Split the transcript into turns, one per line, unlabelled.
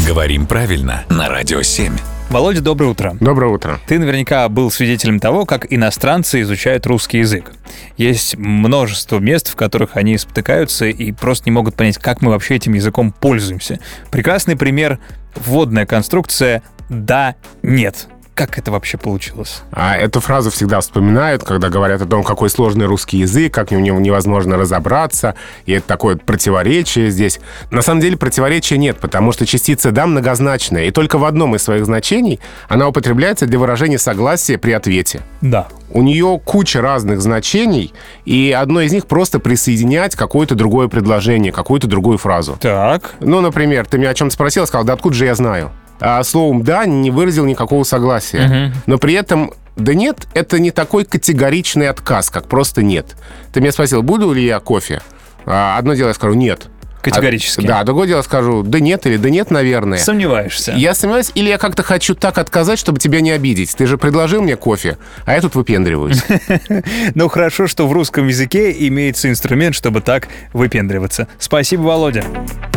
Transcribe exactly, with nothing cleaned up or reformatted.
Говорим правильно на Радио семь.
Володя, доброе утро.
Доброе утро.
Ты наверняка был свидетелем того, как иностранцы изучают русский язык. Есть множество мест, в которых они спотыкаются и просто не могут понять, как мы вообще этим языком пользуемся. Прекрасный пример — вводная конструкция «да», «нет». Как это вообще получилось?
А эту фразу всегда вспоминают, когда говорят о том, какой сложный русский язык, как в нем невозможно разобраться, и это такое противоречие здесь. На самом деле противоречия нет, потому что частица «да» многозначная, и только в одном из своих значений она употребляется для выражения согласия при ответе.
Да.
У нее куча разных значений, и одно из них просто присоединять какое-то другое предложение, какую-то другую фразу.
Так.
Ну, например, ты меня о чем-то спросил, сказал: да откуда же я знаю? А словом «да» не выразил никакого согласия. Uh-huh. Но при этом «да нет» — это не такой категоричный отказ, как просто «нет». Ты меня спросил, буду ли я кофе? А одно дело я скажу «нет».
Категорически.
А, да, другое дело скажу «да нет» или «да нет, наверное».
Сомневаешься.
Я сомневаюсь, или я как-то хочу так отказать, чтобы тебя не обидеть. Ты же предложил мне кофе, а я тут выпендриваюсь.
Ну, хорошо, что в русском языке имеется инструмент, чтобы так выпендриваться. Спасибо, Володя.